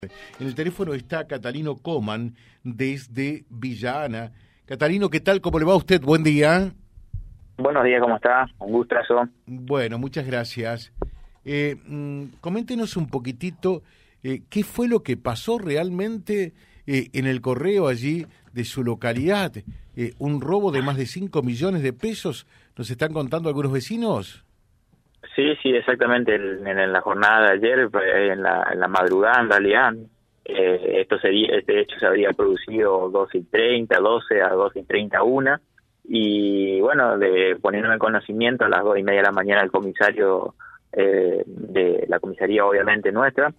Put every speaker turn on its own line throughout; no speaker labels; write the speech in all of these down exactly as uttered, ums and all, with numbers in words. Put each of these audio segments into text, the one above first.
En el teléfono está Catalino Coman desde Villa Ana. Catalino, ¿qué tal? ¿Cómo le va a usted? Buen día.
Buenos días, ¿cómo está? Un gustazo.
Bueno, muchas gracias. Eh, mm, coméntenos un poquitito eh, qué fue lo que pasó realmente eh, en el correo allí de su localidad. Eh, un robo de más de cinco millones de pesos, ¿nos están contando algunos vecinos?
Sí, sí, exactamente. En, en la jornada de ayer, en la, en la madrugada, en realidad, eh, esto sería, este hecho se habría producido doce y treinta, doce a doce y treinta, una. Y bueno, de poniéndome en conocimiento a las dos y media de la mañana el comisario eh, de la comisaría, obviamente nuestra,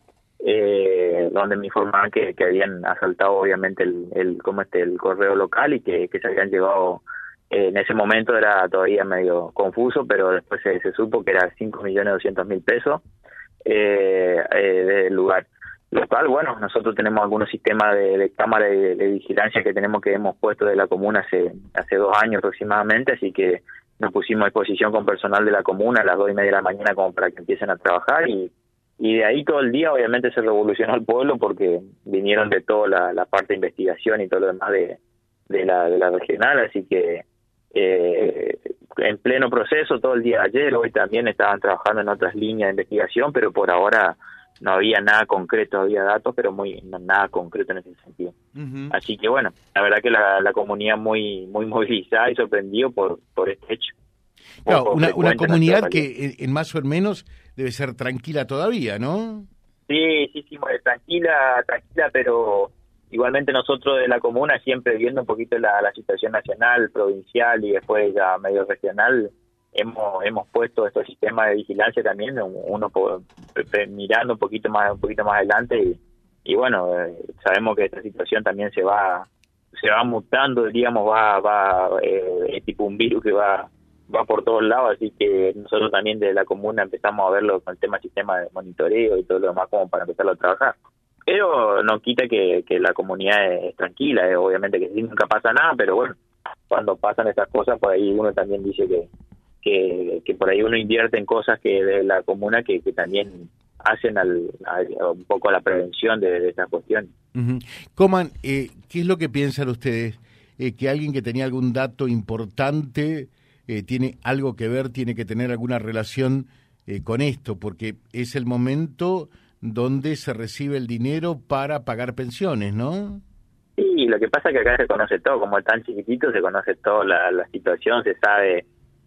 eh, donde me informaban que, que habían asaltado, obviamente, el, el, como este, el correo local y que, que se habían llevado. En ese momento era todavía medio confuso, pero después se, se supo que era cinco millones doscientos mil pesos eh, eh, del lugar. Lo cual, bueno, nosotros tenemos algunos sistemas de, de cámara y de, de vigilancia que tenemos que hemos puesto de la comuna hace hace dos años aproximadamente, así que nos pusimos a disposición con personal de la comuna a las dos y media de la mañana como para que empiecen a trabajar y, y de ahí todo el día obviamente se revolucionó el pueblo porque vinieron de toda la, la parte de investigación y todo lo demás de, de, la, de la regional, así que Eh, en pleno proceso todo el día de ayer, hoy también estaban trabajando en otras líneas de investigación, pero por ahora no había nada concreto, había datos, pero muy no, nada concreto en ese sentido. Uh-huh. Así que bueno, la verdad que la, la comunidad muy muy movilizada y sorprendido por por este hecho.
Claro, una, una comunidad que en, en más o menos debe ser tranquila todavía, ¿no?
Sí, sí, sí, tranquila, tranquila, pero igualmente nosotros de la comuna, siempre viendo un poquito la, la situación nacional, provincial y después ya medio regional, hemos hemos puesto estos sistemas de vigilancia también, uno por, mirando un poquito más un poquito más adelante y, y bueno, eh, sabemos que esta situación también se va se va mutando, digamos, va va eh, es tipo un virus que va va por todos lados, así que nosotros también de la comuna empezamos a verlo con el tema sistema de monitoreo y todo lo demás como para empezarlo a trabajar. Pero no quita que, que la comunidad es, es tranquila, eh, obviamente que sí, nunca pasa nada, pero bueno, cuando pasan estas cosas, por ahí uno también dice que que, que por ahí uno invierte en cosas que de la comuna que, que también hacen al, a, un poco a la prevención de, de estas cuestiones.
Uh-huh. Coman, eh, ¿qué es lo que piensan ustedes? Eh, ¿Que alguien que tenía algún dato importante eh, tiene algo que ver, tiene que tener alguna relación eh, con esto? Porque es el momento donde se recibe el dinero para pagar pensiones, ¿no?
Sí, lo que pasa es que acá se conoce todo, como es tan chiquitito, se conoce toda la, la situación, se sabe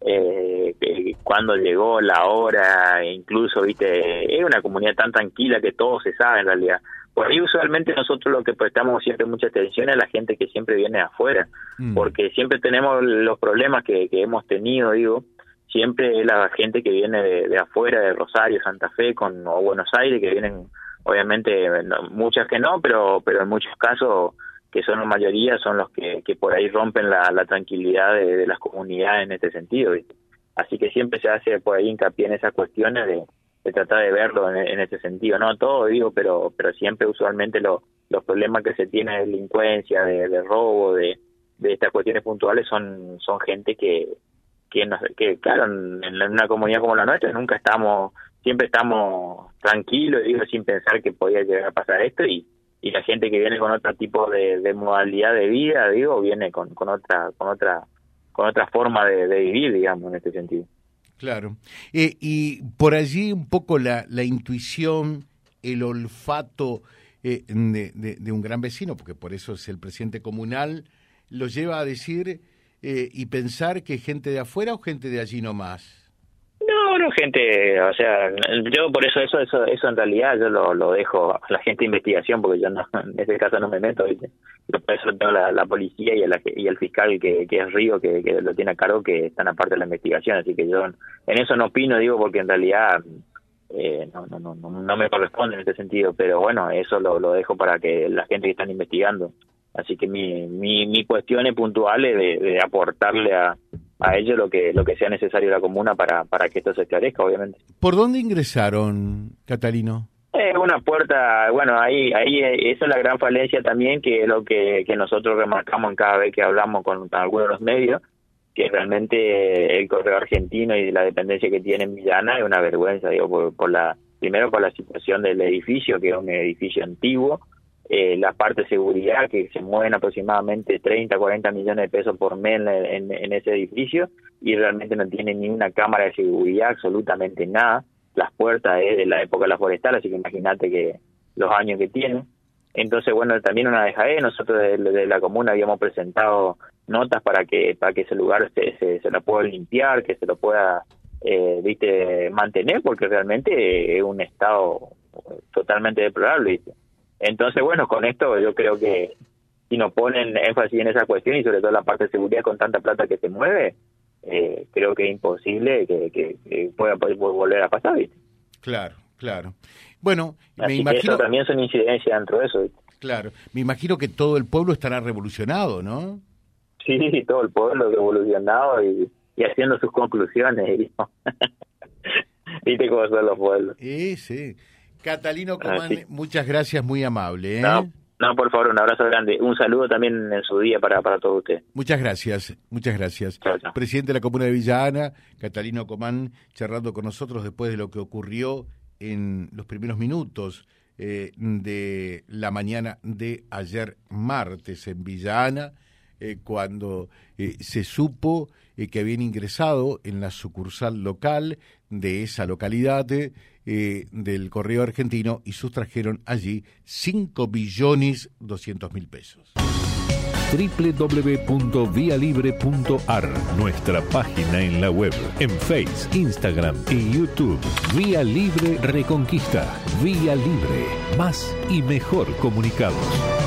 eh, que, cuándo llegó, la hora, e incluso, viste, es una comunidad tan tranquila que todo se sabe en realidad. Por ahí usualmente nosotros lo que prestamos siempre mucha atención es a la gente que siempre viene de afuera, mm. porque siempre tenemos los problemas que, que hemos tenido, digo, siempre es la gente que viene de, de afuera, de Rosario, Santa Fe con o Buenos Aires, que vienen, obviamente, no, muchas que no, pero pero en muchos casos, que son la mayoría, son los que, que por ahí rompen la, la tranquilidad de, de las comunidades en este sentido, ¿viste? Así que siempre se hace por ahí hincapié en esas cuestiones de, de tratar de verlo en, en ese sentido. No todo, digo, pero pero siempre usualmente lo, los problemas que se tienen de delincuencia, de, de robo, de, de estas cuestiones puntuales son, son gente que que, nos, que claro, en, en una comunidad como la nuestra nunca estamos, siempre estamos tranquilos, digo, sin pensar que podía llegar a pasar esto y, y la gente que viene con otro tipo de, de modalidad de vida, digo, viene con, con otra con otra con otra forma de, de vivir, digamos, en este sentido.
Claro. Eh, y por allí un poco la, la intuición, el olfato eh, de, de, de un gran vecino, porque por eso es el presidente comunal, lo lleva a decir Eh, y pensar que gente de afuera o gente de allí nomás.
No, no, gente, o sea, yo por eso, eso, eso, eso en realidad yo lo, lo dejo a la gente de investigación, porque yo no, en este caso no me meto, ¿viste? Yo por eso tengo la, la policía y, la, y el fiscal que, que es Río, que, que lo tiene a cargo, que están aparte de la investigación, así que yo en eso no opino, digo, porque en realidad eh, no, no, no, no, no me corresponde en este sentido, pero bueno, eso lo, lo dejo para que la gente que están investigando. Así que mi mi, mi cuestión es puntual de, de aportarle a, a ellos lo que lo que sea necesario a la comuna para para que esto se esclarezca, obviamente.
¿Por dónde ingresaron, Catalino?
Eh, una puerta, bueno, ahí ahí esa es la gran falencia también, que es lo que, que nosotros remarcamos en cada vez que hablamos con, con algunos de los medios, que realmente el correo argentino y la dependencia que tiene en Villa Ana es una vergüenza, digo, por, por la primero por la situación del edificio, que es un edificio antiguo, eh, la parte de seguridad, que se mueven aproximadamente treinta, cuarenta millones de pesos por mes en, en, en ese edificio, y realmente no tiene ni una cámara de seguridad, absolutamente nada. Las puertas es de la época de la forestal, así que imagínate que los años que tiene. Entonces, bueno, también una dejadez. Nosotros de, de la comuna habíamos presentado notas para que para que ese lugar se, se, se la pueda limpiar, que se lo pueda eh, viste mantener, porque realmente es un estado totalmente deplorable, ¿viste? Entonces, bueno, con esto yo creo que si nos ponen énfasis en esa cuestión, y sobre todo la parte de seguridad con tanta plata que se mueve, eh, creo que es imposible que, que, que pueda, pueda volver a pasar, ¿viste?
Claro, claro. Bueno,
Así
me imagino...
que eso también son incidencias dentro de eso, ¿viste?
Claro, me imagino que todo el pueblo estará revolucionado, ¿no?
Sí, todo el pueblo revolucionado y, y haciendo sus conclusiones, ¿no? ¿Viste cómo son los pueblos?
Sí, sí. Catalino Comán,
ah, sí.
muchas gracias, muy amable, ¿eh?
No, no, por favor, un abrazo grande. Un saludo también en su día para, para todos ustedes.
Muchas gracias, muchas gracias.
Chao, chao.
Presidente de la Comuna de Villa Ana, Catalino Comán, charlando con nosotros después de lo que ocurrió en los primeros minutos eh, de la mañana de ayer martes en Villa Ana, eh, cuando eh, se supo eh, que habían ingresado en la sucursal local de esa localidad eh, del Correo Argentino y sustrajeron allí cinco billones doscientos mil pesos.
doble u doble u doble u punto vía libre punto a r, nuestra página en la web, en Face, Instagram y YouTube. Vía Libre Reconquista. Vía Libre. Más y mejor comunicados.